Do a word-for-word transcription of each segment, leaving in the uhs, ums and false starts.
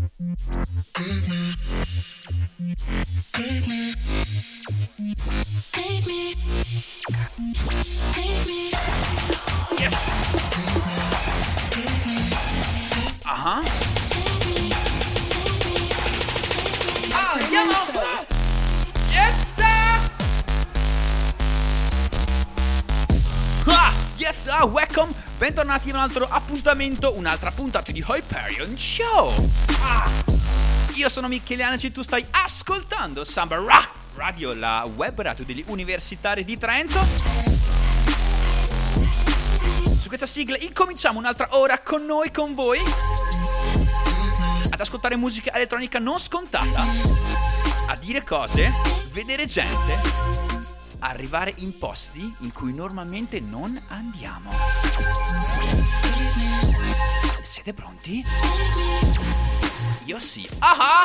Yes. Ah. Ah, andiamo. Yes. Ah, yes, ah, welcome. Bentornati in un altro appuntamento, un'altra puntata di Hyperion Show. Ah, io sono Michele Anaci e tu stai ascoltando Samba Ra- Radio, la web radio degli universitari di Trento. Su questa sigla incominciamo un'altra ora con noi, con voi, ad ascoltare musica elettronica non scontata, a dire cose, vedere gente, arrivare in posti in cui normalmente non andiamo. Siete pronti? Io sì. Ah!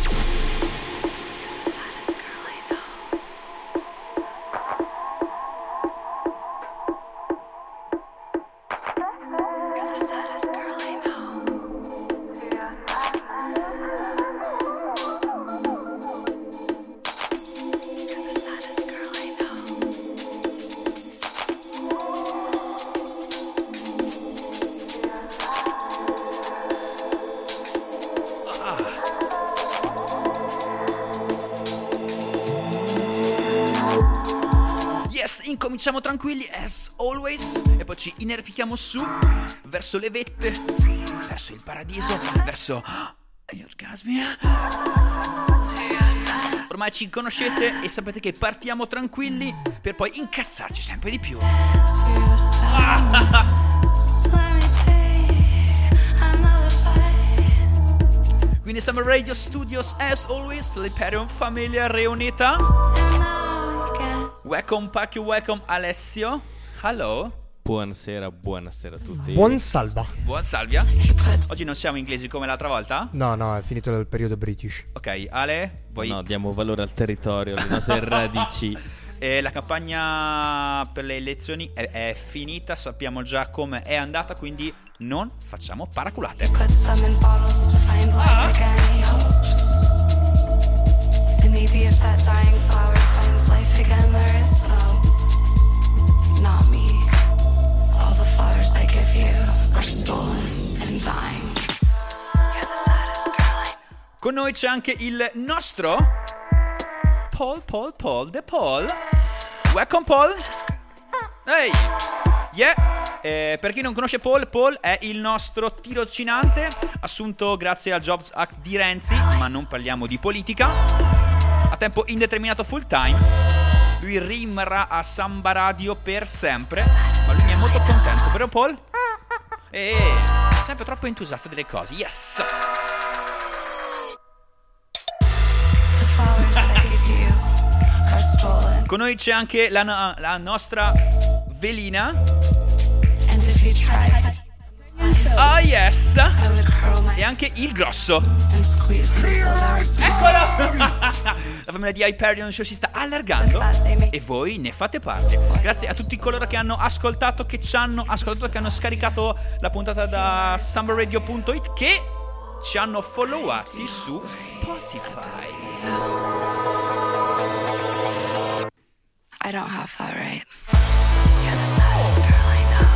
Incominciamo tranquilli as always e poi ci inerpichiamo su verso le vette, verso il paradiso, verso gli orgasmi. Ormai ci conoscete e sapete che partiamo tranquilli per poi incazzarci sempre di più. Quindi Summer Radio Studios as always, l'Hyperion famiglia riunita. Welcome Pacchio, welcome Alessio. Hello. Buonasera, buonasera a tutti. Buon salva. Buon salvia. Oggi non siamo inglesi come l'altra volta? No, no, è finito il periodo British. Ok, Ale, vuoi... No, diamo valore al territorio, alle nostre radici. E la campagna per le elezioni è, è finita, sappiamo già come è andata, quindi non facciamo paraculate. Ah. Maybe if that dying flower finds life again, there is hope. Not me. All the flowers I give you are stolen and dying. You're the saddest girl I know. Con noi c'è anche il nostro Paul, Paul, Paul, The Paul. Welcome Paul. Hey. Yeah. Eh, per chi non conosce Paul, Paul è il nostro tirocinante assunto grazie al Jobs Act di Renzi, ma non parliamo di politica. A tempo indeterminato full time. Lui rimarrà a Samba Radio per sempre, ma lui ne è molto contento, vero Paul? E sempre troppo entusiasta delle cose. Yes. Con noi c'è anche la, la nostra velina. Ah yes. E anche il grosso. Eccolo. La famiglia di Hyperion Show si sta allargando e voi ne fate parte. Grazie a tutti coloro che hanno ascoltato, che ci hanno ascoltato, che hanno scaricato la puntata da samba radio punto it, che ci hanno followati su Spotify. I don't have that right. You're the saddest girl I know.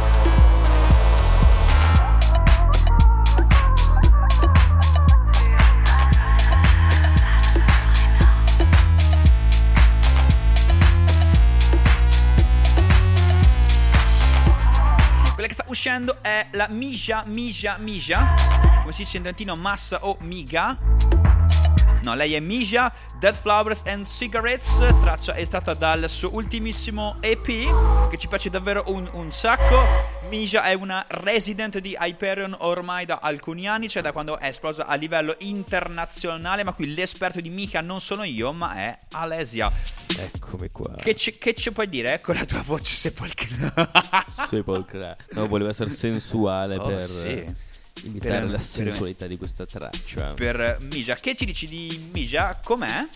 Quella che sta uscendo è la Mija, Mija, Mija. Come si dice in trentino, massa o miga. No, lei è Mija, Dead Flowers and Cigarettes, traccia estratta dal suo ultimissimo E P, che ci piace davvero un, un sacco. Mija è una resident di Hyperion ormai da alcuni anni, cioè da quando è esplosa a livello internazionale, ma qui l'esperto di Mija non sono io, ma è Alesia. Eccomi qua. Che ci, che ci puoi dire? Ecco la tua voce sepolcrale. Sepolcrale. No, voleva essere sensuale oh, per... sì. Imitare per, la per, sensualità di questa traccia. Per Mija, che ci dici di Mija? Com'è?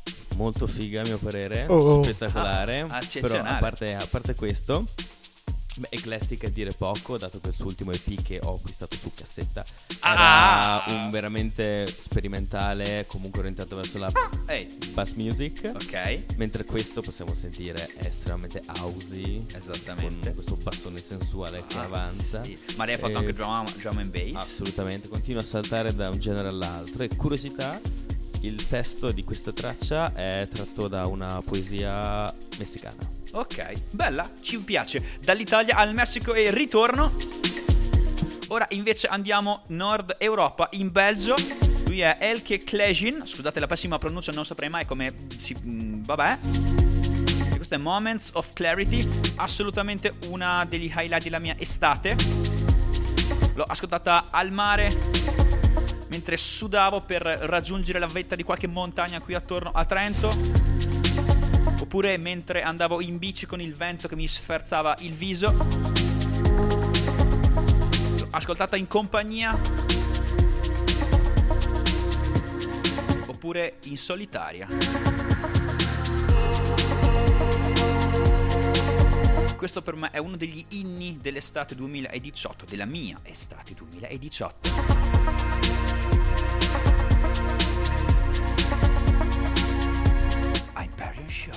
Molto figa a mio parere, oh. spettacolare. Ah, però a parte, a parte questo, Beh, eclettica a dire poco, dato che il suo ultimo E P che ho acquistato su cassetta Ah! era un veramente sperimentale, comunque orientato verso la Ehi, bass music. ok, Mentre questo possiamo sentire è estremamente housey, esattamente. con questo bassone sensuale che Ah, avanza. sì. Ma lei ha fatto Eh, anche drum, drum and bass. Assolutamente, continua a saltare da un genere all'altro. E curiosità, il testo di questa traccia è tratto da una poesia messicana. Ok, bella, ci piace. Dall'Italia al Messico e ritorno. Ora invece andiamo Nord Europa, in Belgio. Lui è Elke Klejin. Scusate la pessima pronuncia, non saprei mai come si... mh, vabbè. E questo è Moments of Clarity. Assolutamente una degli highlight della mia estate. L'ho ascoltata al mare, mentre sudavo per raggiungere la vetta di qualche montagna qui attorno a Trento, oppure mentre andavo in bici con il vento che mi sferzava il viso. L'ho ascoltata in compagnia, oppure in solitaria. Questo per me è uno degli inni dell'estate duemiladiciotto, della mia estate duemiladiciotto. Hyperion Show.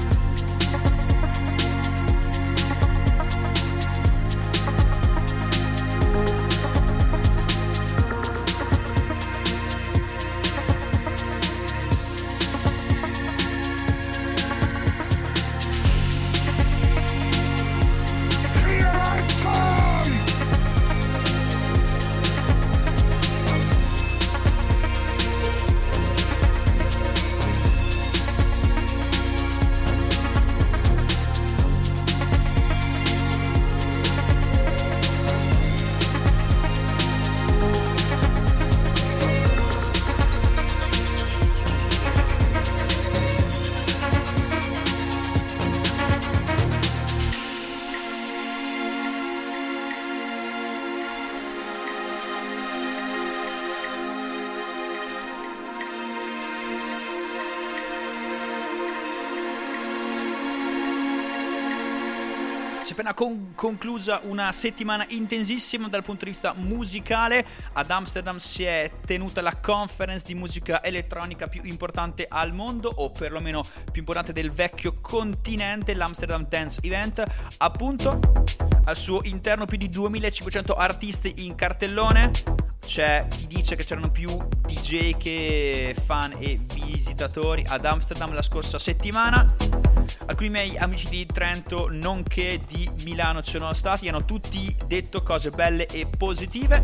Si è appena con- conclusa una settimana intensissima dal punto di vista musicale. Ad Amsterdam si è tenuta la conference di musica elettronica più importante al mondo, o perlomeno più importante del vecchio continente, l'Amsterdam Dance Event. Appunto, al suo interno più di duemilacinquecento artisti in cartellone. C'è chi dice che c'erano più D J che fan e visitatori ad Amsterdam la scorsa settimana. Alcuni miei amici di Trento, nonché di Milano, ci sono stati, hanno tutti detto cose belle e positive.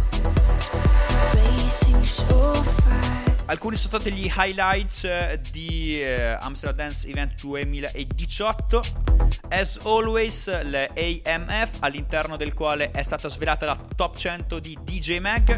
Alcuni sono stati gli highlights eh, di eh, Amsterdam Dance Event duemiladiciotto. As always, l'A M F, all'interno del quale è stata svelata la top cento di D J Mag.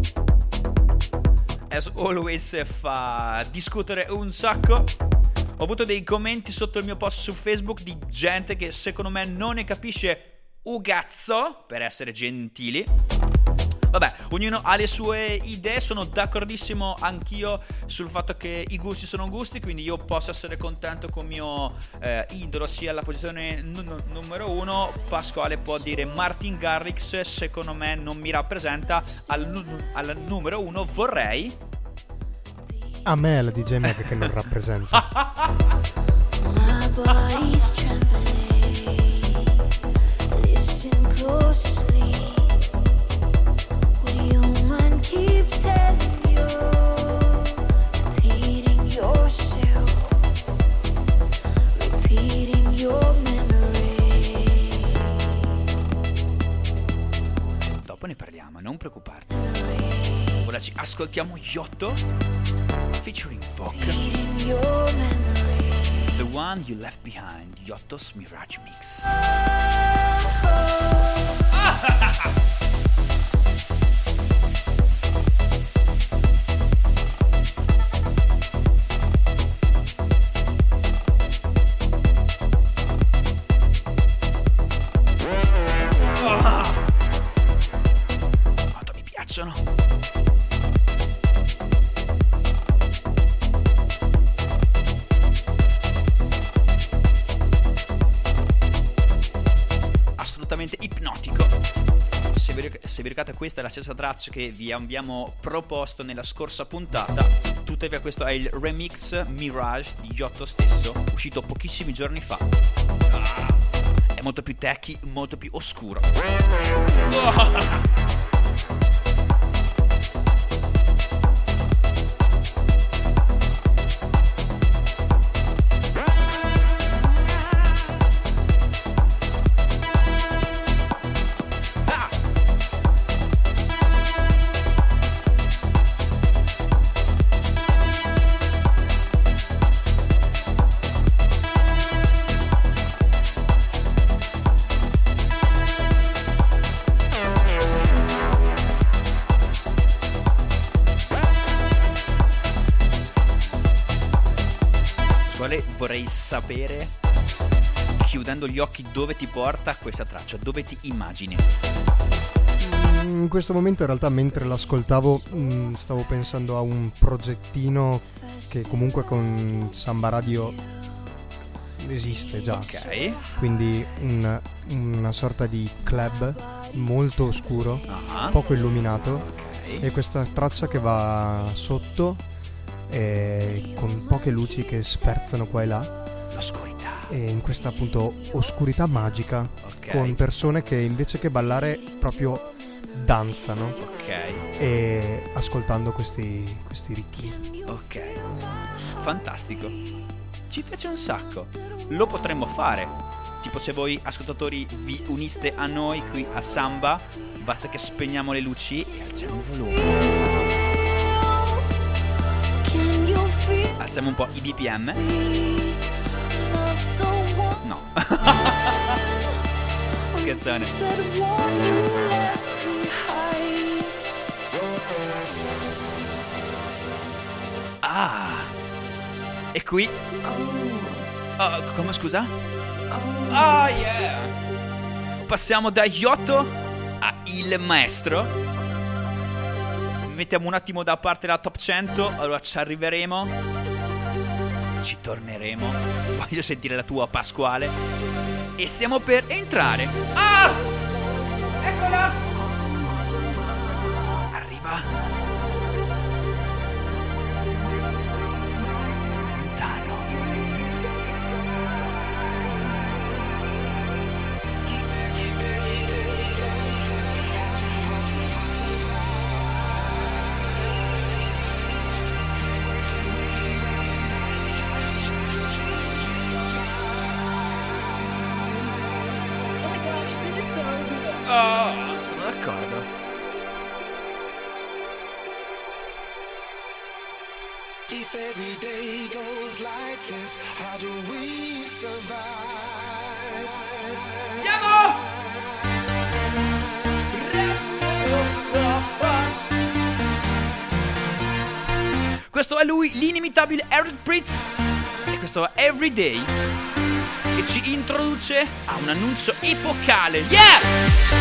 As always fa discutere un sacco. Ho avuto dei commenti sotto il mio post su Facebook di gente che secondo me non ne capisce un cazzo, per essere gentili. Vabbè, ognuno ha le sue idee, sono d'accordissimo anch'io sul fatto che i gusti sono gusti, quindi io posso essere contento con il mio eh, idolo sia alla posizione n- n- numero uno. Pasquale può dire Martin Garrix, secondo me non mi rappresenta. Al, n- al numero uno vorrei... A me è la D J Mag che non rappresenta. My body's trembling. Listen closely. What your mind keeps telling you. Repeating yourself. Repeating your memory. Dopo ne parliamo, non preoccuparti. Ora ci ascoltiamo Yotto featuring Vogue, Repeating your memory. The One You Left Behind, Yotto's Mirage Mix. Quanto mi piacciono. vi, ric- se vi ricordate, questa è la stessa traccia che vi abbiamo proposto nella scorsa puntata. Tuttavia questo è il remix Mirage di Yotto stesso, uscito pochissimi giorni fa. Ah, è molto più techy, molto più oscuro. Oh. Vorrei sapere, chiudendo gli occhi, dove ti porta questa traccia, dove ti immagini? In questo momento in realtà mentre l'ascoltavo mh, stavo pensando a un progettino che comunque con Samba Radio esiste già. Ok. Quindi un, una sorta di club molto oscuro, uh-huh. poco illuminato, Ok. e questa traccia che va sotto e con poche luci che sferzano qua e là, L'oscurità. e in questa appunto oscurità magica, Ok. con persone che invece che ballare proprio danzano, Ok. e ascoltando questi, questi ritmi. Ok. Fantastico. Ci piace un sacco. Lo potremmo fare. Tipo, se voi ascoltatori vi uniste a noi qui a Samba, basta che spegniamo le luci e alziamo il volume. Alziamo un po' i B P M. No. Scherzone. Ah. E qui. Oh, come, scusa? Ah, yeah. Passiamo da Yotto a Il Maestro. Mettiamo un attimo da parte la top cento. Allora ci arriveremo. Ci torneremo. Voglio sentire la tua, Pasquale. E stiamo per entrare. Ah! Eccola! Arriva. Lontano. Oh, sono d'accordo. If every day goes like this, how do we survive? Andiamo! Questo è lui, l'inimitabile Eric Prydz. E questo è Everyday, che ci introduce a un annuncio epocale. Yeah!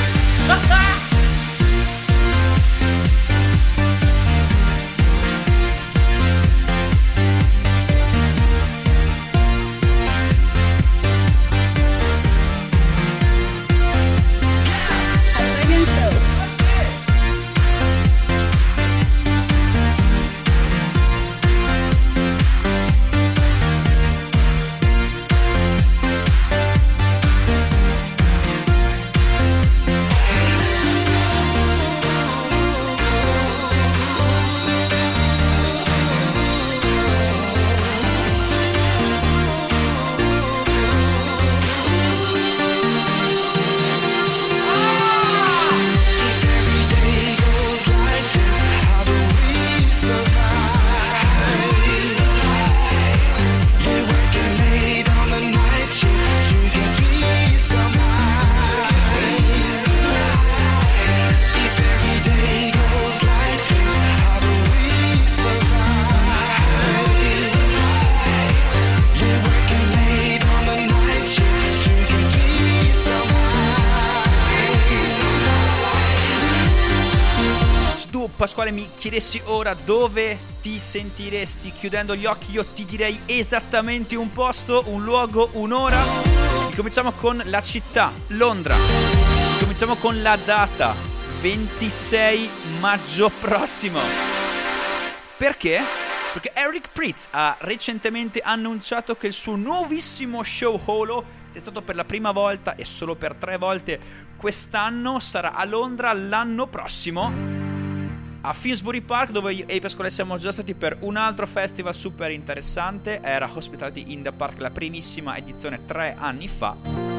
Pasquale, mi chiedessi ora dove ti sentiresti chiudendo gli occhi, io ti direi esattamente un posto, un luogo, un'ora. Cominciamo con la città, Londra. Cominciamo con la data, ventisei maggio prossimo. Perché? Perché Eric Prydz ha recentemente annunciato che il suo nuovissimo show Holo, testato per la prima volta e solo per tre volte quest'anno, sarà a Londra l'anno prossimo a Finsbury Park, dove io e i Pasquale siamo già stati per un altro festival super interessante. Era Hospitality in the Park, la primissima edizione tre anni fa.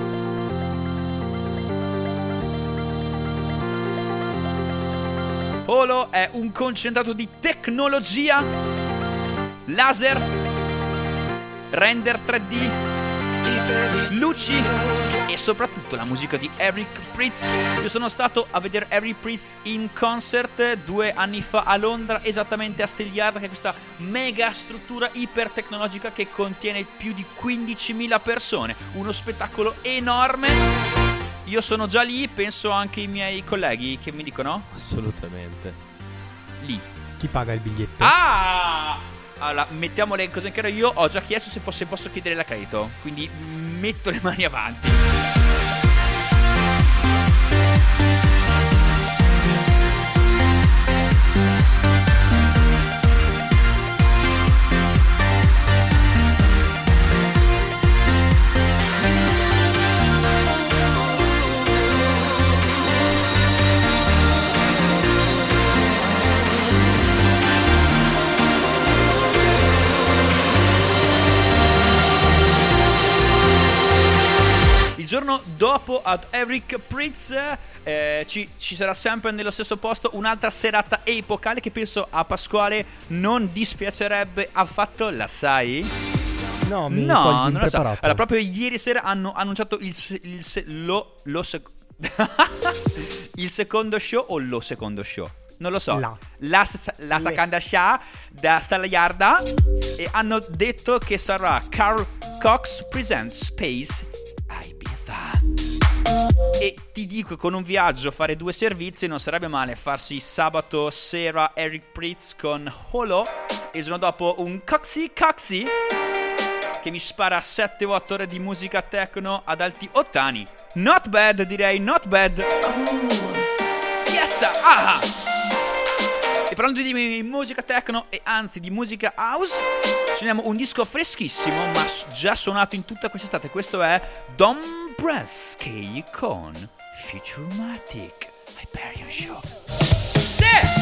Holo è un concentrato di tecnologia, laser, render tre D, luci e soprattutto la musica di Eric Prydz. Io sono stato a vedere Eric Prydz in concert due anni fa a Londra, esattamente a Steel Yard, che è questa mega struttura ipertecnologica che contiene più di quindicimila persone. Uno spettacolo enorme. Io sono già lì, penso anche i miei colleghi che mi dicono? Assolutamente. Lì. Chi paga il biglietto? Ah! Allora, mettiamo le cose in chiaro. Io ho già chiesto se posso, se posso chiedere l'accredito, quindi metto le mani avanti. Il giorno dopo ad Eric Prydz eh, ci, ci sarà sempre nello stesso posto un'altra serata epocale che penso a Pasquale non dispiacerebbe affatto, la sai? No, mi no, cogli non lo so. impreparato. Allora, proprio ieri sera hanno annunciato il, se- il se- lo, lo sec- il secondo show o lo secondo show? Non lo so. La, La, la seconda show da Stella Yarda, e hanno detto che sarà Carl Cox Presents Space a Ibiza. E ti dico, con un viaggio fare due servizi non sarebbe male. Farsi sabato sera Eric Prydz con Holo e il giorno dopo un Coxy Coxy che mi spara sette o otto ore di musica techno ad alti ottani. Not bad, direi, not bad. Yes, ah! E parlando di musica techno e anzi di musica house, suoniamo un disco freschissimo ma già suonato in tutta quest'estate. Questo è Dombrowski con Futuromatic Hyperion Show. Sì!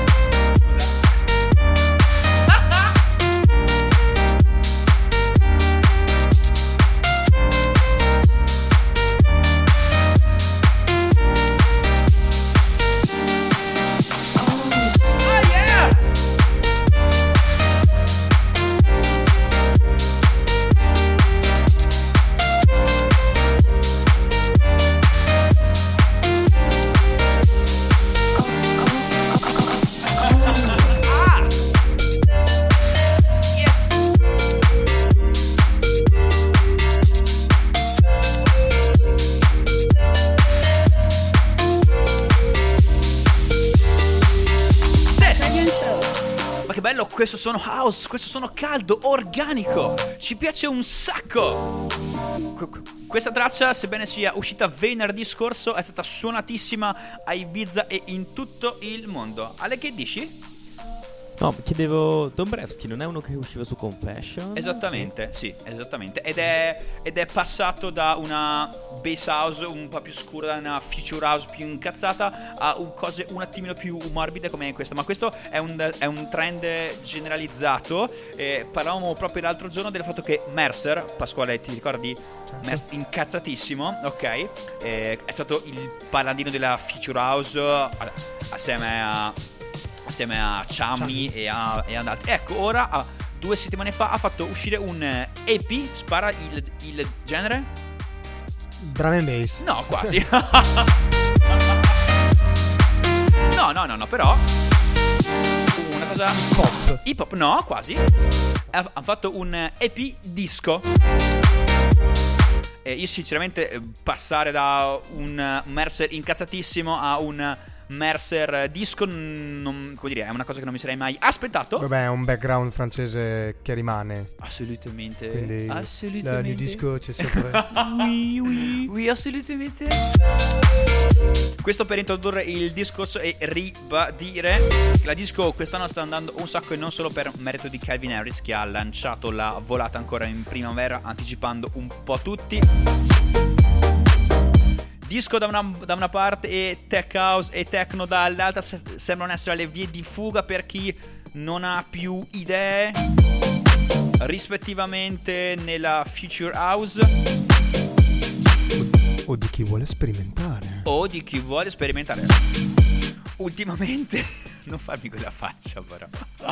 Questo sono house, questo sono caldo, organico. Ci piace un sacco. Questa traccia, sebbene sia uscita venerdì scorso, è stata suonatissima a Ibiza e in tutto il mondo. Ale, che dici? No, chiedevo, Dombrowski non è uno che usciva su Confession? Esattamente, sì, esattamente. Ed è, ed è passato da una bass house un po' più scura, una future house più incazzata, a un cose un attimino più morbide come questo. Ma questo è un, è un trend generalizzato. eh, Parlavamo proprio l'altro giorno del fatto che Mercer, Pasquale, ti ricordi? Certo. Mercer, incazzatissimo, ok, eh, è stato il paladino della future house assieme a assieme a Chami e, a, e ad altri. Ecco, ora a, due settimane fa ha fatto uscire un E P. Spara il, il genere? Drum and bass. No, quasi. No, no, no, no, però una cosa Hip hop. Hip hop, no, quasi. Ha, ha fatto un E P disco. E io sinceramente passare da un Mercer incazzatissimo a un Mercer disco, non, come dire, è una cosa che non mi sarei mai aspettato. Vabbè, è un background francese che rimane. Assolutamente. Quindi Assolutamente. il disco c'è sempre. Oui, oui, oui, assolutamente. Questo per introdurre il discorso e ribadire che la disco quest'anno sta andando un sacco, e non solo per merito di Calvin Harris, che ha lanciato la volata ancora in primavera, anticipando un po' tutti. Disco da una, da una parte e tech house e techno dall'altra se, sembrano essere le vie di fuga per chi non ha più idee, rispettivamente nella future house O di chi vuole sperimentare. o di chi vuole sperimentare. Ultimamente non farmi quella faccia però.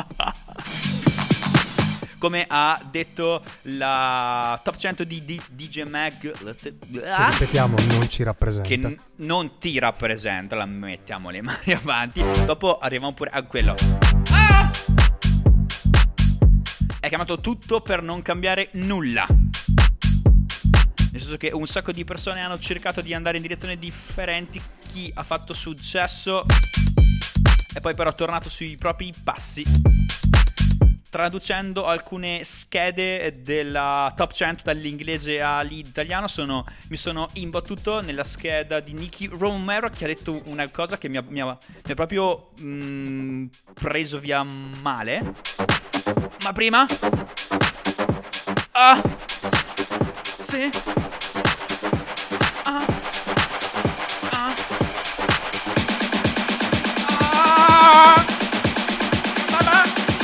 Come ha detto la top cento di D- D J Mag, Che ripetiamo, non ci rappresenta. che n- non ti rappresenta, la mettiamo le mani avanti. Dopo arriviamo pure a quello. Ah! È chiamato tutto per non cambiare nulla. Nel senso che un sacco di persone hanno cercato di andare in direzioni differenti. Chi ha fatto successo e poi però è tornato sui propri passi. Traducendo alcune schede della top cento dall'inglese all'italiano, sono, mi sono imbattuto nella scheda di Nicky Romero, che ha detto una cosa che mi ha, mi ha, mi ha proprio mm, preso via male. Ma prima... Ah! Sì! Ah! Ah! Ah! Mamma!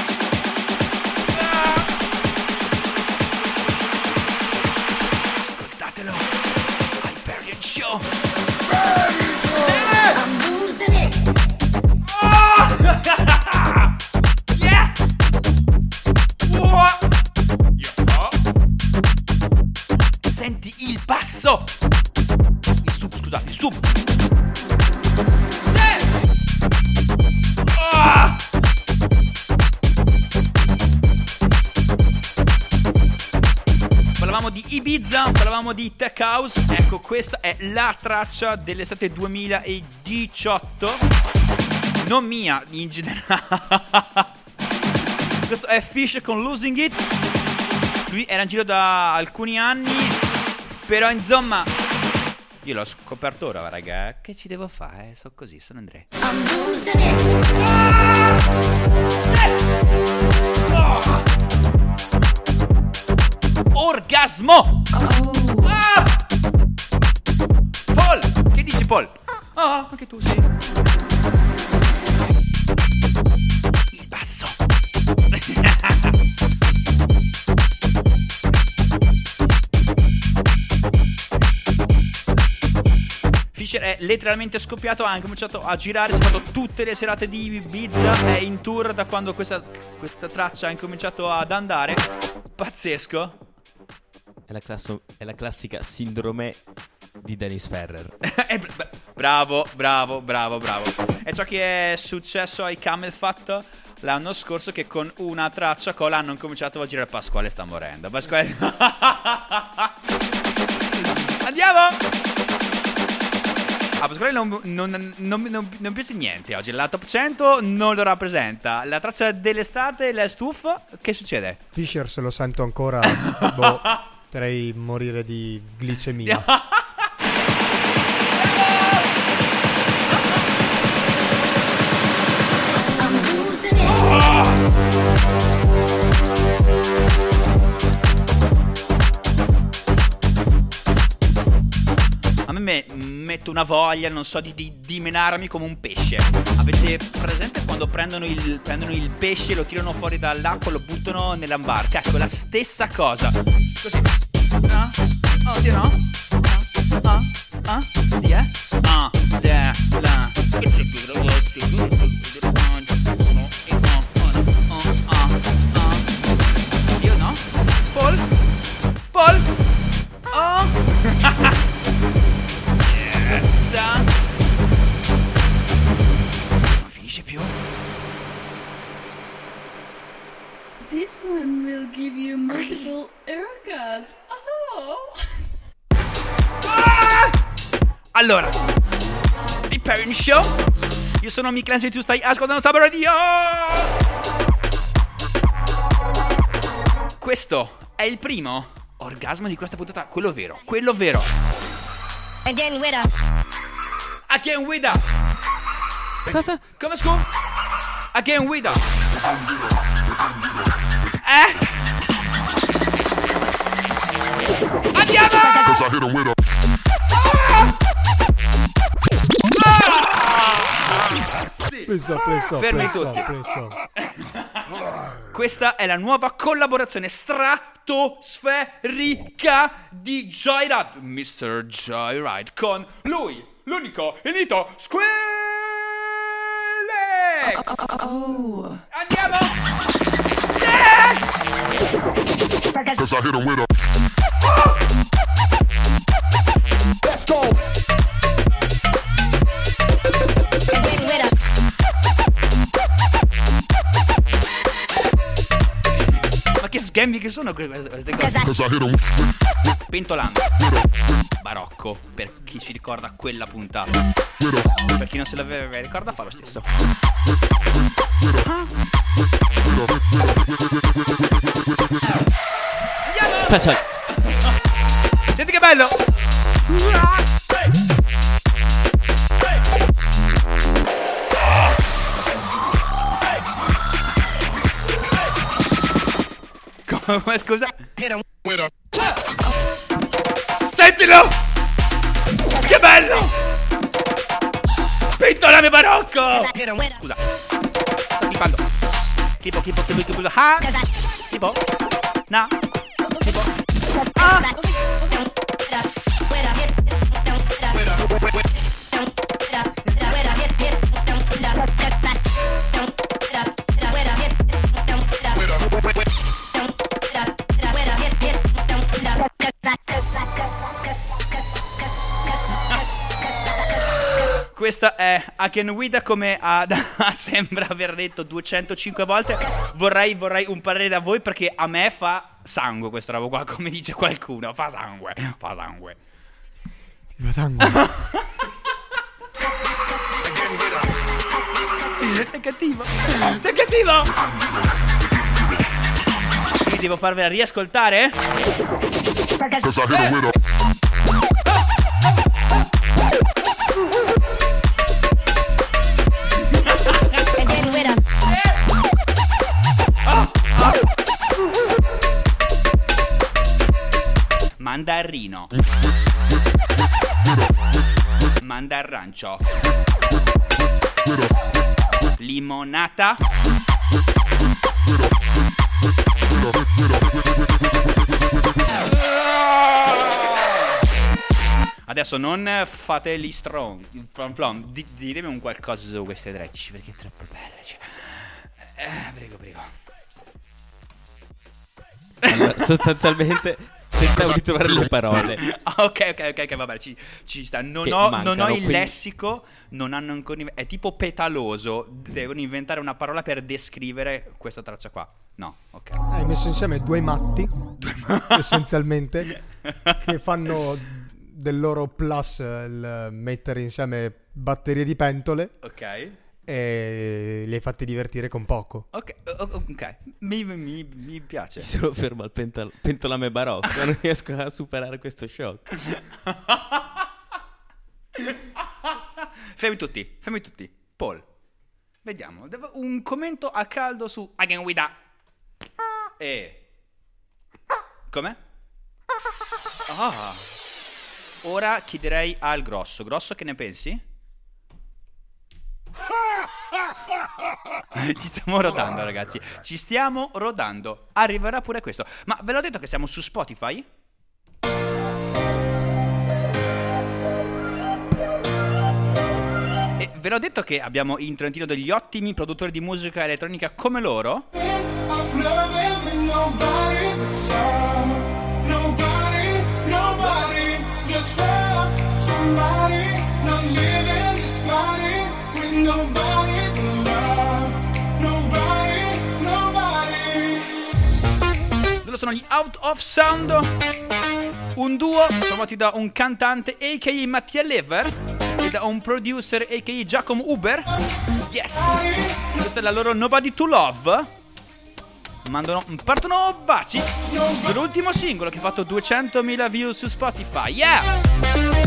Ascoltatelo, Hyperion Show. I'm losing it. Oh! Yeah! What? Yeah. Senti il basso. Il sub, scusate, il sub. Yeah! Ah! Parlavamo di Ibiza, parlavamo di tech house. Ecco, questa è la traccia dell'estate duemiladiciotto. Non mia, in generale. Questo è Fish con Losing It. Lui era in giro da alcuni anni, però insomma io l'ho scoperto ora, raga. Che ci devo fare? So così, sono Andrea. I'm losing it. Orgasmo! Oh. Ah! Paul! Che dici, Paul? Ah, anche tu, sì. Il basso. Fisher è letteralmente scoppiato, ha cominciato a girare, si è fatto tutte le serate di Ibiza, è in tour da quando questa, questa traccia ha incominciato ad andare. Pazzesco. È la, classo- è la classica sindrome di Dennis Ferrer. Eh, bra- bravo, bravo, bravo, bravo. È ciò che è successo ai Camel Fat l'anno scorso, che con una traccia cola hanno cominciato a girare. Pasquale sta morendo. Pasquale... Andiamo! Ah, Pasquale non, non, non, non, non pensa niente oggi. La top cento non lo rappresenta. La traccia dell'estate, la stufa. Che succede? Fisher, se lo sento ancora, boh, potrei morire di glicemia. I'm losing it. A me me- mette una voglia, non so, di, di, di menarmi come un pesce. Avete presente quando prendono il, prendono il pesce, lo tirano fuori dall'acqua, lo buttano nella barca? Ecco, la stessa cosa. Così. Ah, oh, di no? Ah, ah, di eh? Ah, de, la. Io no? Paul? Paul? Oh! Yes! Non finisce più. This one will give you multiple orgasms. Oh! Ah! Allora, Hyperion Show. Io sono Michelangelo e tu stai ascoltando Samba Radio. Questo è il primo orgasmo di questa puntata, quello vero, quello vero. Again with us. Again with us. Cosa? Come scu? Again with us. Eh? Andiamo! Sì. Please up, please up, Fermi please up, tutti. please up. Questa è la nuova collaborazione stratosferica di Joyride, mister Joyride, con lui, l'unico, il nito Skrillex. Andiamo! Sì! Again with us. Ma che sgambi che sono que- queste queste cose? Pentolando. Barocco, per chi ci ricorda quella puntata. Per chi non se la ricorda fa lo stesso. Andiamo! Special. Senti che bello! Come, scusa? Sentilo! Che bello! Pentolame barocco! Scusa. Sto clippando. Tipo, tipo, tipo, tipo, ah! Tipo? No? Tipo? Ah! Questa è Again With, come Ad sembra aver detto duecentocinque volte. Vorrei, vorrei un parere da voi, perché a me fa sangue questa roba qua, come dice qualcuno. Fa sangue, fa sangue. Ti fa sangue. Sei cattivo, sei cattivo. Quindi devo farvela riascoltare? Eh. Again with us. Mandarino. Mandarancio. Limonata. Adesso non fate gli strong, plom plom, di- ditemi un qualcosa su queste trecce, perché è troppo belle, cioè. Eh, prego, prego. Allora, sostanzialmente tentavo di trovare le parole. Ah, ok, ok, ok, ok, vabbè, ci, ci sta. Non Che ho, mancano, non ho il quindi- lessico, non hanno ancora. È tipo petaloso. Devono inventare una parola per descrivere questa traccia qua. No, ok. Hai messo insieme due matti, essenzialmente, che fanno del loro plus il mettere insieme batterie di pentole Ok. e li hai fatti divertire con poco. Ok, o- ok. Mi, mi, mi piace. Mi sono fermo al pental- pentolame barocco. Non riesco a superare questo shock. Fermi tutti, fermi tutti. Paul, vediamo. Devo- un commento a caldo su Again With Us. E come? Ah. Ora chiederei al grosso. Grosso, che ne pensi? Ci stiamo rodando, ragazzi. Ci stiamo rodando. Arriverà pure questo. Ma ve l'ho detto che siamo su Spotify? E ve l'ho detto che abbiamo in Trentino degli ottimi produttori di musica elettronica come loro. Loro sono gli Out of Sound, un duo formati da un cantante, a k a. Mattia Lever, e da un producer a k a. Giacomo Uber. Yes. Questa è la loro Nobody to Love. Mandano, partono baci sull'ultimo singolo che ha fatto duecentomila view su Spotify. Yeah.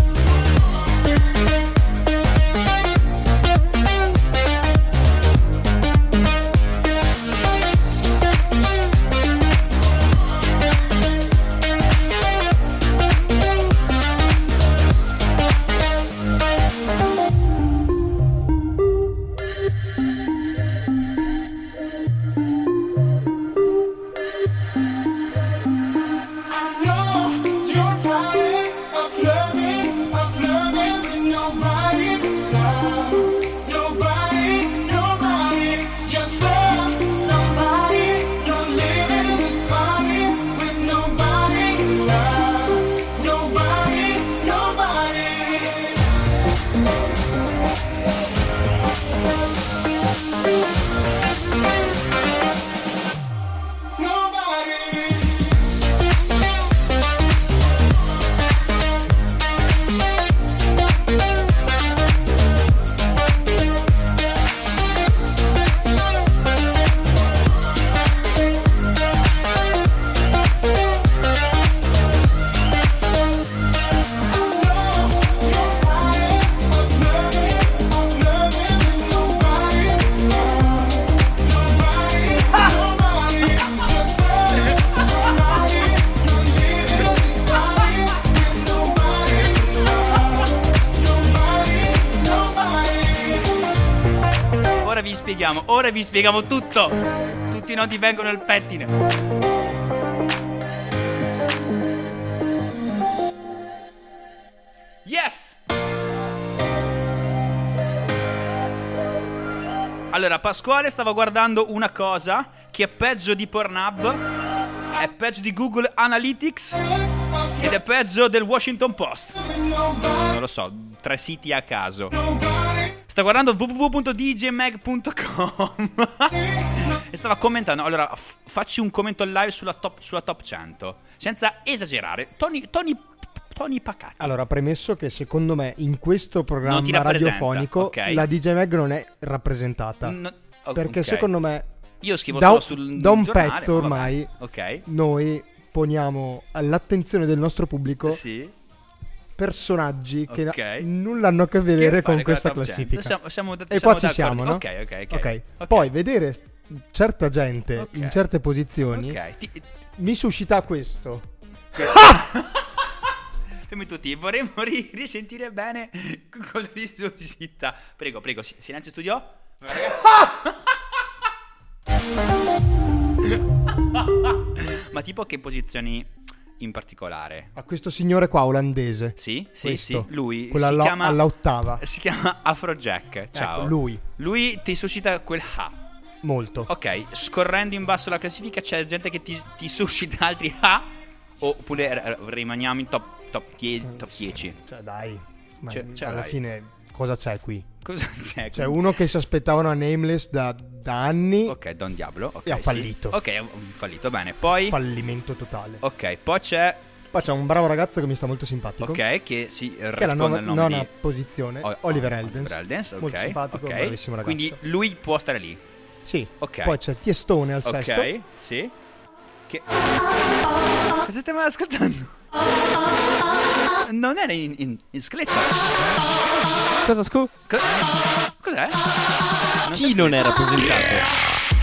Ora vi spieghiamo tutto. Tutti i nodi vengono al pettine. Yes. Allora, Pasquale stava guardando una cosa che è peggio di Pornhub, è peggio di Google Analytics ed è peggio del Washington Post. Non lo so, tre siti a caso. Sta guardando w w w punto d j mag punto com e stava commentando. Allora, f- facci un commento live sulla top, sulla top cento, senza esagerare. Toni, toni, toni pacati. Allora, premesso che secondo me in questo programma Non ti rappresenta, radiofonico ok. la D J Mag non è rappresentata. No, oh, perché ok. secondo me Io scrivo da, solo sul da un giornale, pezzo ma vabbè. ormai Ok. noi poniamo all'attenzione del nostro pubblico Sì. personaggi che Ok. na- nulla hanno a che vedere Che fare con questa la top classifica. cento? Siamo, siamo, E siamo qua ci d'accordo. siamo, no? Ok, ok, ok. Ok. Ok. Poi vedere certa gente Ok. in certe posizioni Ok. Ti, mi suscita questo. fermi tutti, vorremmo ri- risentire bene cosa ti suscita. Prego, prego, si- silenzio studio. Ma tipo che posizioni in particolare? A questo signore qua olandese. Sì, sì, Questo. sì, lui Quello si alla- chiama all'ottava. Si chiama Afrojack. Ciao. Ecco, lui. Lui ti suscita quel ha. Molto. Ok, scorrendo in basso la classifica c'è gente che ti, ti suscita altri ha. Oppure r- rimaniamo in top top dieci, top dieci. Cioè, dai. Ma Cioè, cioè, alla dai. fine cosa c'è qui? Cosa c'è? C'è uno che si aspettavano a Nameless da, da anni. Ok, Don Diablo. Ok, E ha sì. fallito. Ok, ha fallito, bene. Poi Fallimento totale. ok, poi c'è Poi c'è un bravo ragazzo che mi sta molto simpatico. ok che si Che è la risponde nova- al nome nona di posizione. O- Oliver oh, Eldens. Oliver Eldens, ok. Molto simpatico, ok. bravissimo ragazzo. Quindi lui può stare lì. Sì. Ok. Poi c'è Tiestone al Ok, sesto. sì. Che cosa stiamo ascoltando? Non era in, in, in scaletta. Cosa scu? Co- cos'è? Non Chi non è rappresentato?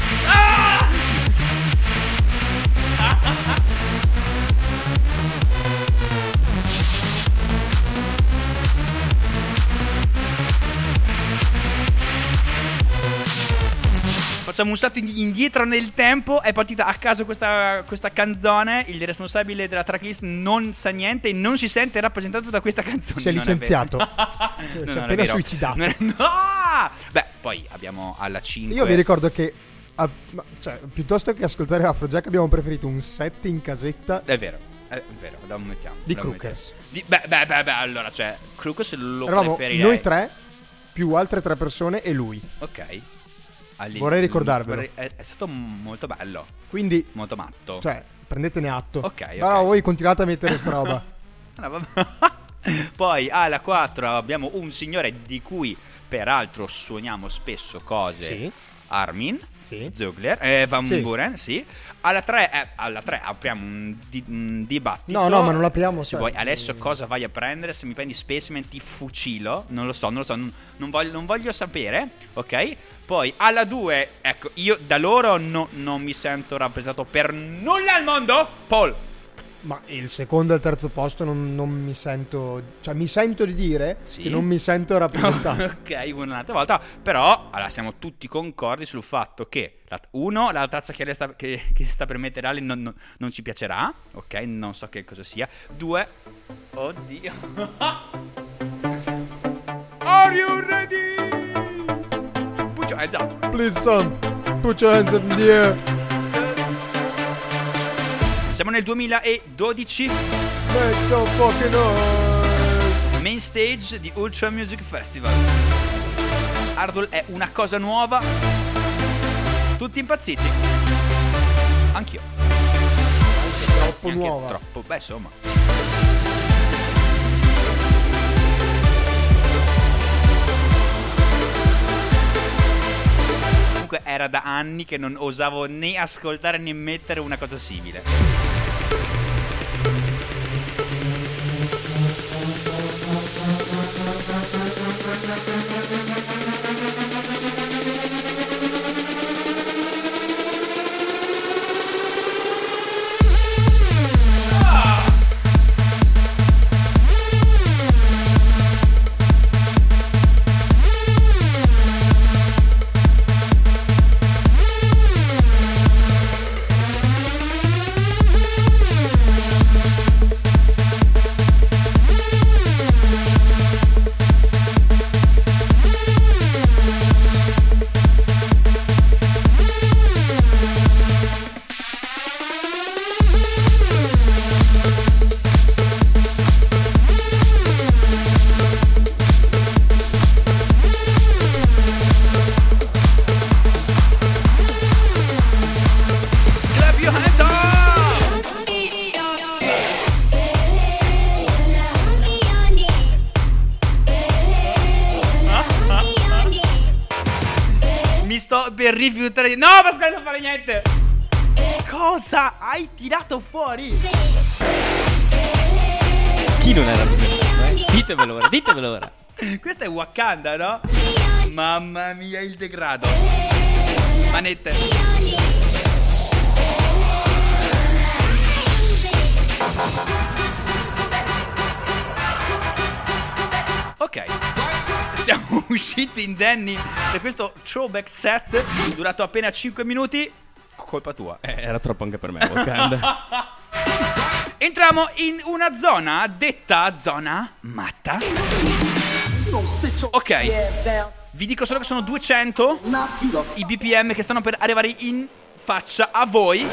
Facciamo un salto indi- indietro nel tempo. È partita a caso questa, questa canzone. Il responsabile della tracklist non sa niente e non si sente rappresentato da questa canzone. Si è Non licenziato. vero. Si è Non appena vero. suicidato. Non è- no! Beh, poi abbiamo alla cinque. Io vi ricordo che a- ma- cioè, piuttosto che ascoltare Afrojack abbiamo preferito un set in casetta È vero, è vero, lo mettiamo. di lo Crookers. mettiamo. Di- beh, beh, beh, beh, allora, cioè, Crookers lo Eravamo preferirei. noi tre più altre tre persone e lui. Ok. Allì- Vorrei ricordarvelo. vorrei- È, è stato molto bello, Quindi, molto matto. cioè, prendetene atto. Ok, ok. Ma no, voi continuate a mettere sta roba. No, vabbè. Poi alla quattro abbiamo un signore di cui peraltro suoniamo spesso cose. Sì. Armin. Sì. Ziegler, eh, Van Sì. Buren, sì. Alla tre, eh, alla tre apriamo un, di- un dibattito. No, no, ma non l'apriamo, Se sai. vuoi, adesso cosa vai a prendere? Se mi prendi Specimen ti fucilo. Non lo so, non lo so, non, non voglio, non voglio sapere, ok? Poi alla due, ecco, io da loro no- non mi sento rappresentato per nulla al mondo. Paul. Ma il secondo e il terzo posto non, non mi sento. Cioè, mi sento di dire Sì. che non mi sento rappresentato. Ok, un'altra volta. Però, allora, siamo tutti concordi sul fatto che la- uno, la traccia che, sta, che, che sta per mettere Ale non, non, non ci piacerà. Ok, non so che cosa sia. Due, oddio. Are you ready? Put your hands up. Please, son, put your hands in the air. Siamo nel duemiladodici, Make some fucking noise. main stage di Ultra Music Festival. Hardwell è una cosa nuova. Tutti impazziti. Anch'io. Troppo Neanche nuova. troppo. Beh, insomma. Comunque era da anni che non osavo né ascoltare né mettere una cosa simile. Clap your hands up! Mi sto per rifiutare di... No, Pasquale, non fare niente! Cosa hai tirato fuori? Chi non è rappresentato? Eh? Ditemelo ora, ditemelo ora. Questo è Wakanda, no? Mamma mia, il degrado. Manette. Ok. Siamo usciti indenni da questo throwback set durato appena cinque minuti. Colpa tua. Eh, era troppo anche per me, Wakanda. Entriamo in una zona detta zona matta. Ok. Vi dico solo che sono duecento i B P M che stanno per arrivare in faccia a voi.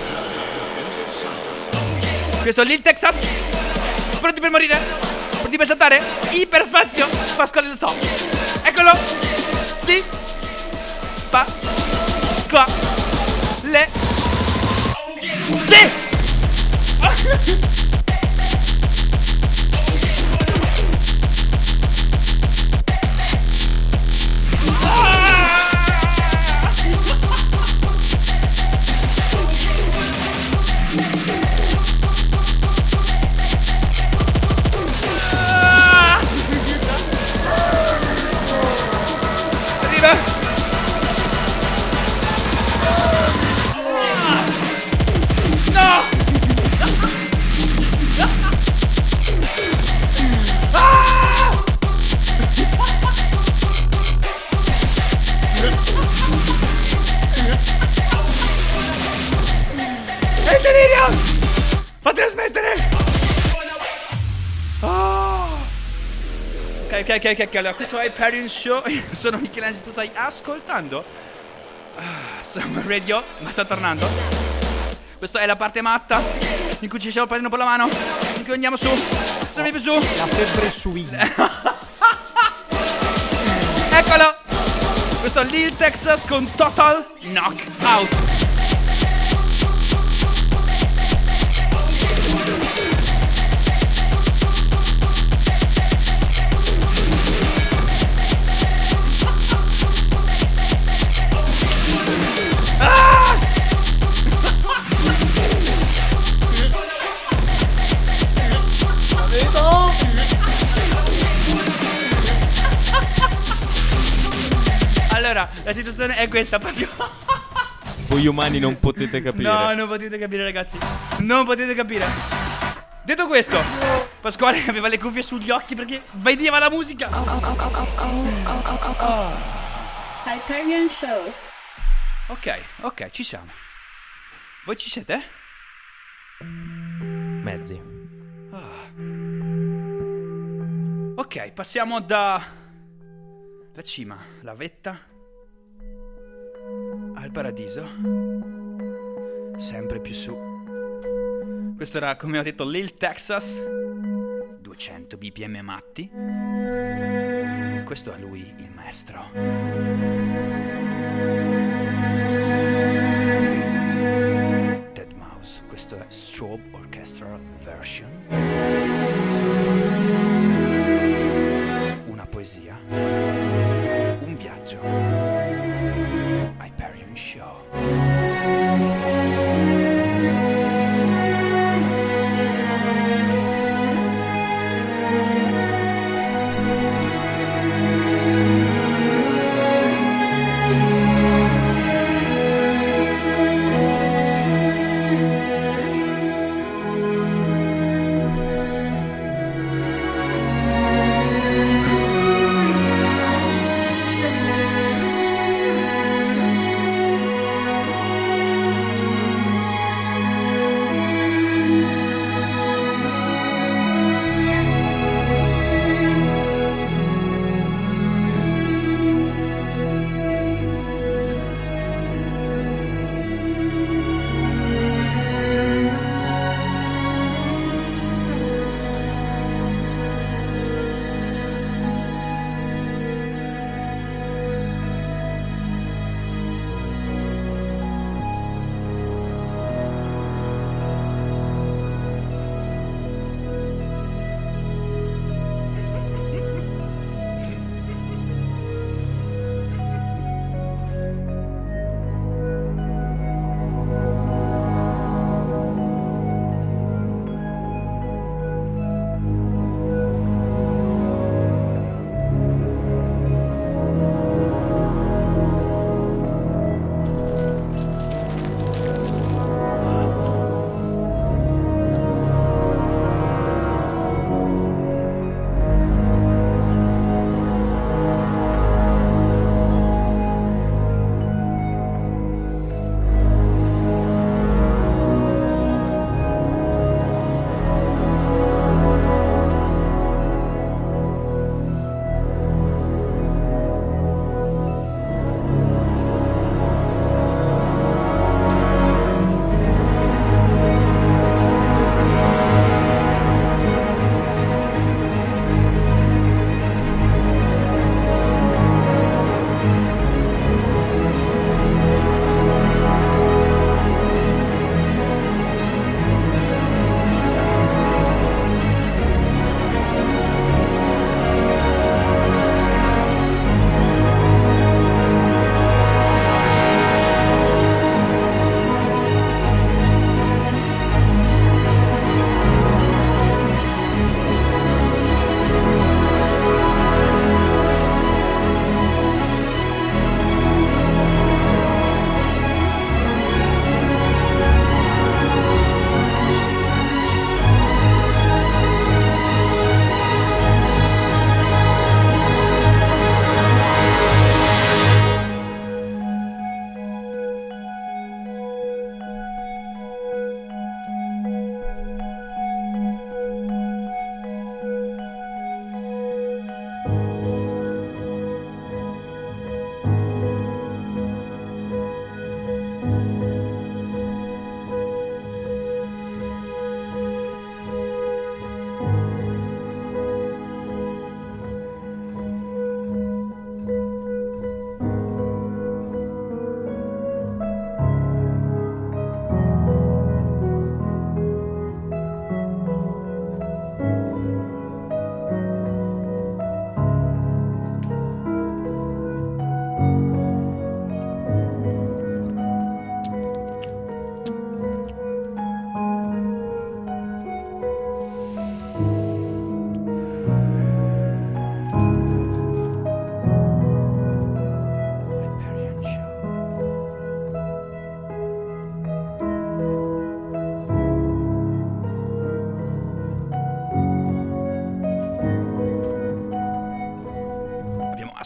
Questo è Lil Texas. Pronti per morire? Pronti per saltare? Iperspazio. Pasquale lo so. Eccolo. Sì. Pa. Squa. Le. Sì. Arriva. No. È il delirio! Fatela smettere! Oh. Ok, ok, ok, ok, allora questo è il Parent Show. Io sono Michelangelo, tu stai ascoltando ah, Summer Radio, ma sta tornando. Questa è la parte matta in cui ci stiamo prendendo per la mano, in cui andiamo su, sempre più su. La febbre suina. Eccolo! Questo è Lil Texas con Total Knockout. canzone è questa, Pasquale. Voi umani non potete capire. No, non potete capire, ragazzi. Non potete capire. Detto questo, Pasquale aveva le cuffie sugli occhi perché vedeva la musica. Hyperion Show. Ok, ok, ci siamo. Voi ci siete? Mezzi. Ok, passiamo da la cima, la vetta, al paradiso, sempre più su. Questo era, come ho detto, Lil Texas, duecento B P M matti. Questo è lui, il maestro. deadmau5, questo è Strobe Orchestra Version. Una poesia, un viaggio. Hyperion Show.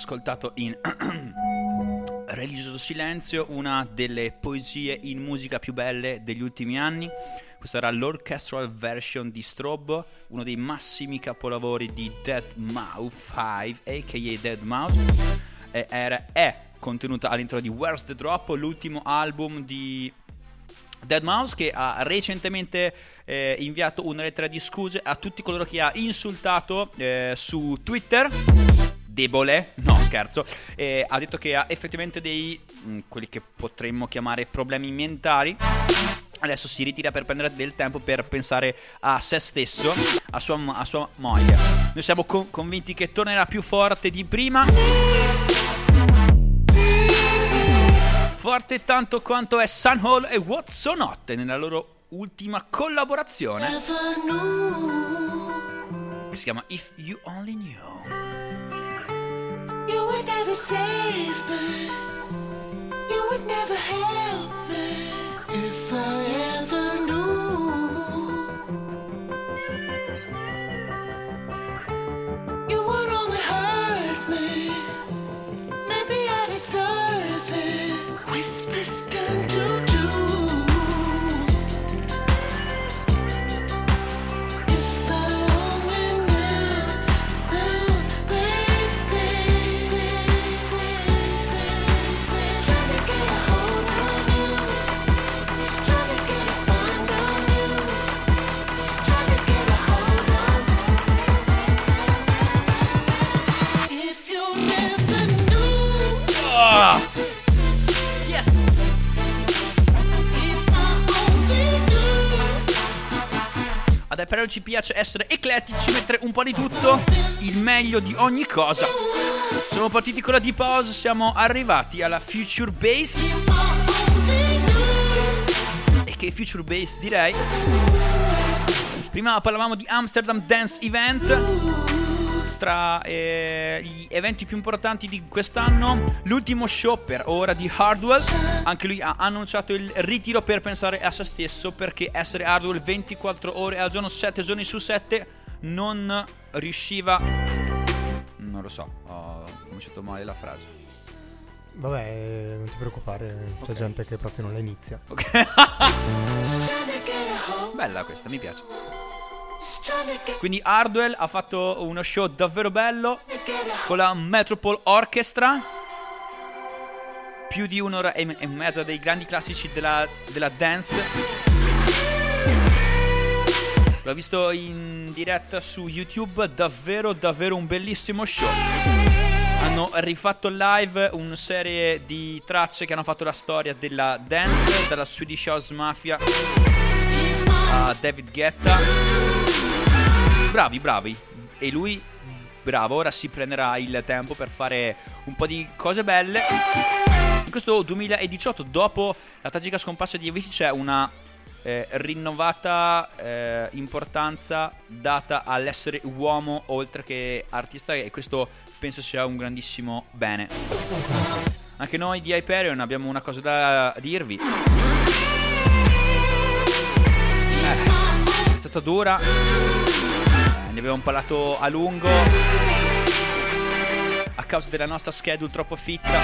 ascoltato in religioso silenzio una delle poesie in musica più belle degli ultimi anni. Questa era l'orchestral version di Strobe, uno dei massimi capolavori di deadmau five, a k a. deadmau five, e era, è contenuta all'interno di Where's the Drop, l'ultimo album di deadmau five, che ha recentemente eh, inviato una lettera di scuse a tutti coloro che ha insultato eh, su Twitter. Debole, no scherzo, eh, ha detto che ha effettivamente dei mh, quelli che potremmo chiamare problemi mentali. Adesso si ritira per prendere del tempo per pensare a se stesso, a sua, a sua moglie. Noi siamo con- convinti che tornerà più forte di prima, forte tanto quanto è Sun Hall e What's So Not nella loro ultima collaborazione, che si chiama If You Only Knew. You would never save me. You would never help me if I ever knew. You would only hurt me. Maybe I deserve it. Whispers turn to truth. If I only knew, knew, baby. Ah! Yes! Ad Hyperion ci piace essere eclettici, mettere un po' di tutto, il meglio di ogni cosa. Siamo partiti con la Deep House, siamo arrivati alla Future Bass. E che Future Bass direi. Prima parlavamo di Amsterdam Dance Event. Tra eh, gli eventi più importanti di quest'anno, l'ultimo show per ora di Hardwell. Anche lui ha annunciato il ritiro per pensare a se stesso, perché essere Hardwell ventiquattro ore al giorno, sette giorni su sette non riusciva. Non lo so, ho cominciato male la frase. Vabbè, non ti preoccupare, c'è Okay. gente che proprio non la inizia. Ok. Bella questa, mi piace. Quindi Hardwell ha fatto uno show davvero bello con la Metropole Orchestra, più di un'ora e, e mezza dei grandi classici della, della dance. L'ho visto in diretta su YouTube, davvero davvero un bellissimo show. Hanno rifatto live una serie di tracce che hanno fatto la storia della dance, dalla Swedish House Mafia a David Guetta. Bravi, bravi. E lui, bravo, ora si prenderà il tempo per fare un po' di cose belle. In questo duemiladiciotto, dopo la tragica scomparsa di Avicii, c'è una eh, rinnovata eh, importanza data all'essere uomo oltre che artista, e questo penso sia un grandissimo bene. Anche noi di Hyperion abbiamo una cosa da dirvi. Eh, è stata dura. Ne abbiamo parlato a lungo a causa della nostra schedule troppo fitta,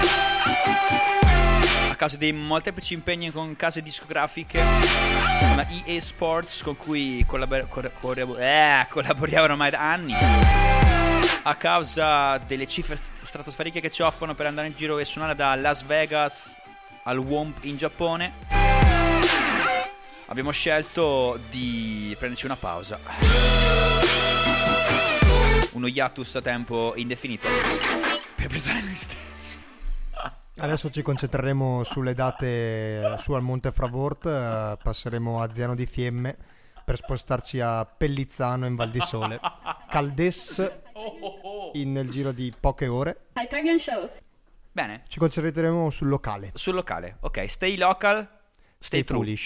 a causa dei molteplici impegni con case discografiche, con la E A Sports con cui collabor- cor- cor- eh, collaboriamo ormai da anni, a causa delle cifre stratosferiche che ci offrono per andare in giro e suonare da Las Vegas al Womp in Giappone. Abbiamo scelto di prenderci una pausa, uno hiatus a tempo indefinito, per pensare a noi stessi. Adesso ci concentreremo sulle date su al Monte Fravort, eh, passeremo a Ziano di Fiemme per spostarci a Pellizzano in Val di Sole, Caldes in nel giro di poche ore. Hyperion Show. Bene, Ci concentreremo sul locale. sul locale. Ok, stay local, stay, Stay true. foolish.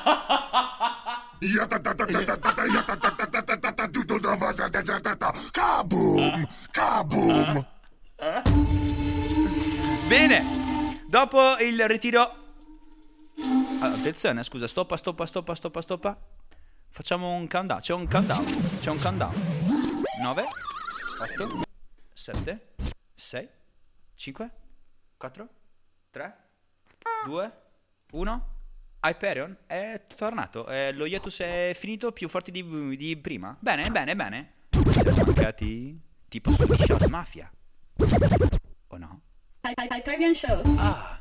Kaboom! Kaboom! Bene, dopo il ritiro... Allora, attenzione, scusa, stoppa, stoppa, stoppa, stoppa, stoppa. Facciamo un countdown, c'è un countdown, c'è un countdown. nove, otto, sette, sei, cinque, quattro, tre, due, uno. Hyperion è tornato. Eh, lo hiatus è finito, più forti di, di prima. Bene, bene, bene. Siamo mancati tipo su Shows Mafia. O no? Hy- Hy- Hyperion Show. Ah.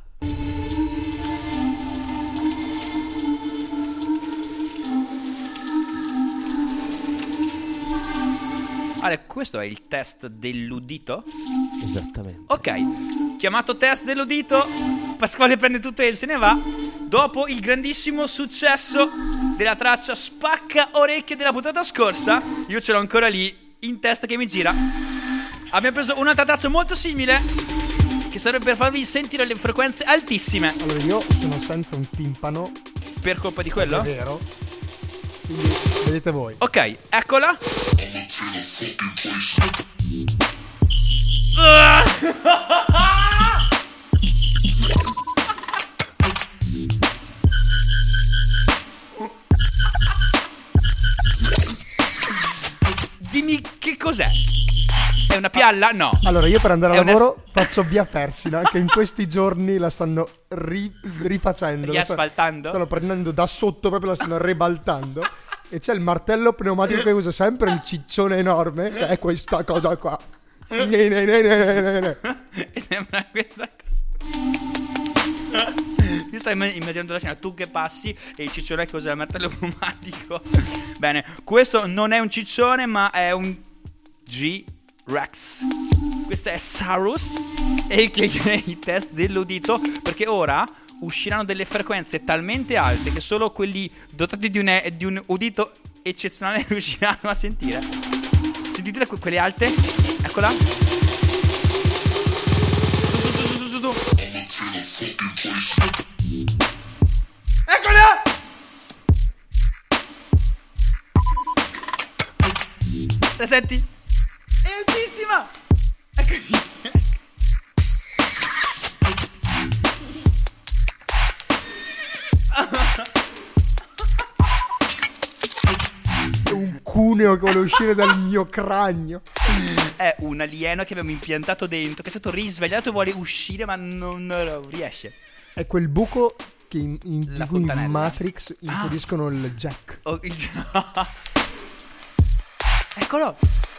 Allora, questo è il test dell'udito? Esattamente. Ok, chiamato test dell'udito, Pasquale prende tutto e se ne va. Dopo il grandissimo successo della traccia spacca orecchie della puntata scorsa, io ce l'ho ancora lì in testa che mi gira. Abbiamo preso un'altra traccia molto simile, che sarebbe per farvi sentire le frequenze altissime. Allora io sono senza un timpano. Per colpa di quello? È vero. Quindi vedete voi. Ok, eccola. Dimmi che cos'è? È una pialla? No. Allora io per andare È a una- lavoro faccio via Persina, che in questi giorni la stanno ri- rifacendo. la sta- Riasfaltando? Stanno prendendo da sotto, proprio la stanno ribaltando. E c'è il martello pneumatico che usa sempre il ciccione enorme, che è questa cosa qua. Ne, ne, ne, ne, ne, ne. E sembra questa cosa. Io sto imm- immaginando la scena, tu che passi e il ciccione che usa il martello pneumatico. Bene, questo non è un ciccione, ma è un G-Rex. Questo è Saurus, e che è il test dell'udito, perché ora usciranno delle frequenze talmente alte che solo quelli dotati di un, di un udito eccezionale riusciranno a sentire. Sentite que- quelle alte? Eccola. Su, su, su, su, su, su, su. Eccola! La senti? È altissima! Eccola. È un cuneo che vuole uscire dal mio cranio. È un alieno che abbiamo impiantato dentro, che è stato risvegliato e vuole uscire ma non, non riesce. È quel buco che in, in, La di cui in fontanella. Matrix inseriscono il jack. Oh, il... Eccolo!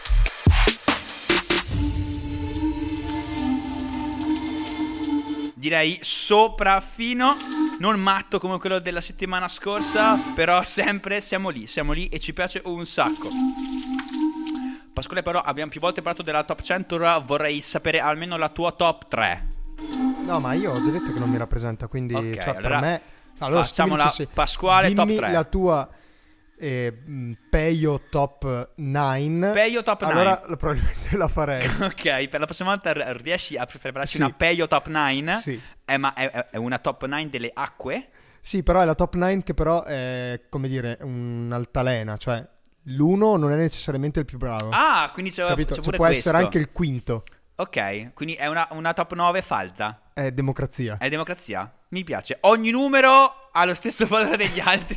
Direi sopraffino, non matto come quello della settimana scorsa, però sempre siamo lì, siamo lì e ci piace un sacco. Pasquale, però abbiamo più volte parlato della top cento, ora vorrei sapere almeno la tua top tre. No, ma io ho già detto che non mi rappresenta, quindi Ok, cioè, allora per me... Allora, facciamola scrivici se- Pasquale top dimmi tre. la tua eh, mh, Peio top nove. Peio top nove. Allora la- probabilmente la farei. Ok, per la prossima volta r- riesci a prepararci Sì. una Peio top nove? Sì. Eh, ma è, è una top nove delle acque? Sì, però è la top nove che però è, come dire, un'altalena, cioè l'uno non è necessariamente il più bravo. Ah, quindi c'è, capito? c'è Cioè, pure può questo. essere anche il quinto. Ok, quindi è una, una top nove falsa. È democrazia. È democrazia? Mi piace. Ogni numero ha lo stesso valore degli altri.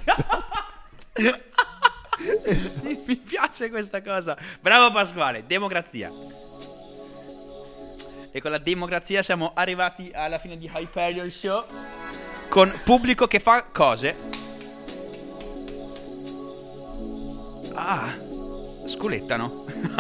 Sì, mi piace questa cosa. Bravo Pasquale, democrazia. E con la democrazia siamo arrivati alla fine di Hyperion Show, con pubblico che fa cose. Ah, sculettano.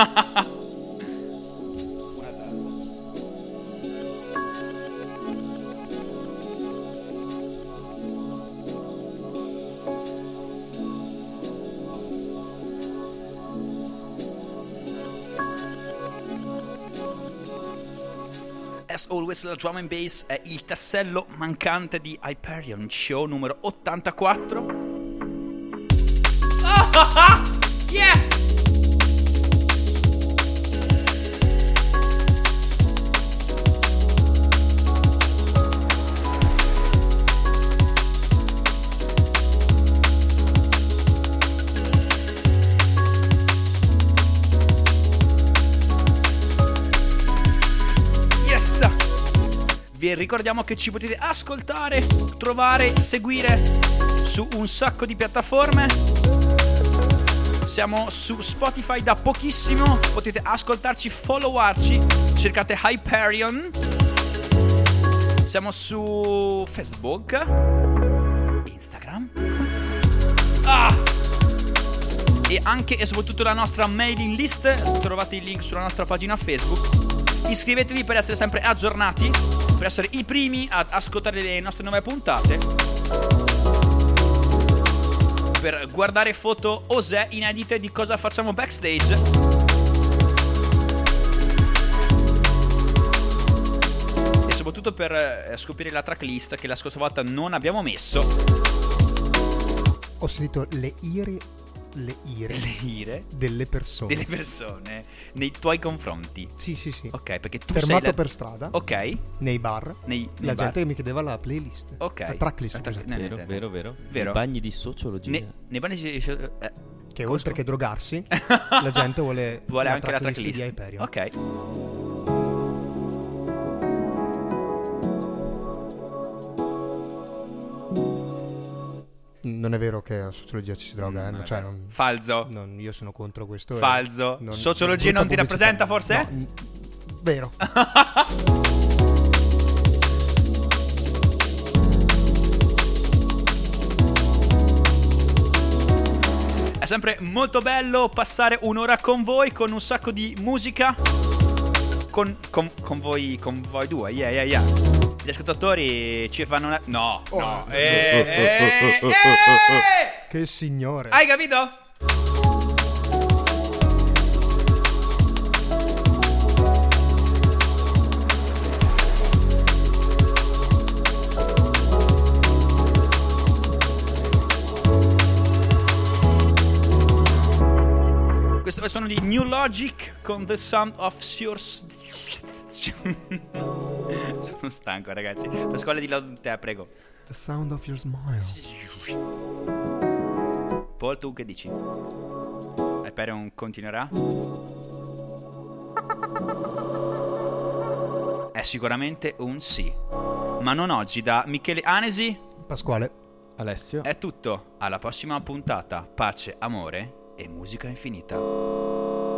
As always, la drum and bass è il tassello mancante di Hyperion Show numero ottantaquattro. Ah, ah, ah! Yeah! Yes! Vi ricordiamo che ci potete ascoltare, trovare, seguire su un sacco di piattaforme. Siamo su Spotify da pochissimo, potete ascoltarci, followarci, cercate Hyperion Siamo su Facebook, Instagram, ah! e anche e soprattutto la nostra mailing list. Trovate il link sulla nostra pagina Facebook. Iscrivetevi per essere sempre aggiornati, per essere i primi ad ascoltare le nostre nuove puntate, per guardare foto osè inedite di cosa facciamo backstage. Soprattutto per eh, scoprire la tracklist che la scorsa volta non abbiamo messo. Ho sentito le ire, le ire, Le ire delle persone. delle persone nei tuoi confronti. Sì, sì, sì. Ok, perché tu Fermato sei la... per strada, Ok, nei bar, nei, nei la bar. gente che mi chiedeva la playlist. Ok. La tracklist, La track- scusate. no, Vero, no, no. vero, vero. Vero. Nei bagni di sociologia. Ne- nei bagni di... eh, Che come oltre so? che drogarsi, la gente vuole, vuole anche la tracklist tracklist. di Hyperion. Ok. Non è vero che a sociologia ci si droga, eh? Non è Cioè, vero. non, Falso. non- io sono contro questo. e Falso. non- Sociologia brutta non ti pubblicità. rappresenta, forse? No, n- vero. È sempre molto bello passare un'ora con voi, con un sacco di musica. Con, con, con voi con voi due, yeah, yeah, yeah. Gli ascoltatori ci fanno una... No, Oh, no. oh, Eh, oh, eh, oh, oh, eh! Che signore. Hai capito? Questo è il suono di New Logic con The Sound of Your... Sono stanco, ragazzi. La scuola di Loud te, prego. The sound of your smile. Paul, tu che dici? Hyperion continuerà? È sicuramente un sì. Ma non oggi. Da Michele Anesi Pasquale. Alessio. è tutto. Alla prossima puntata. Pace, amore e musica infinita.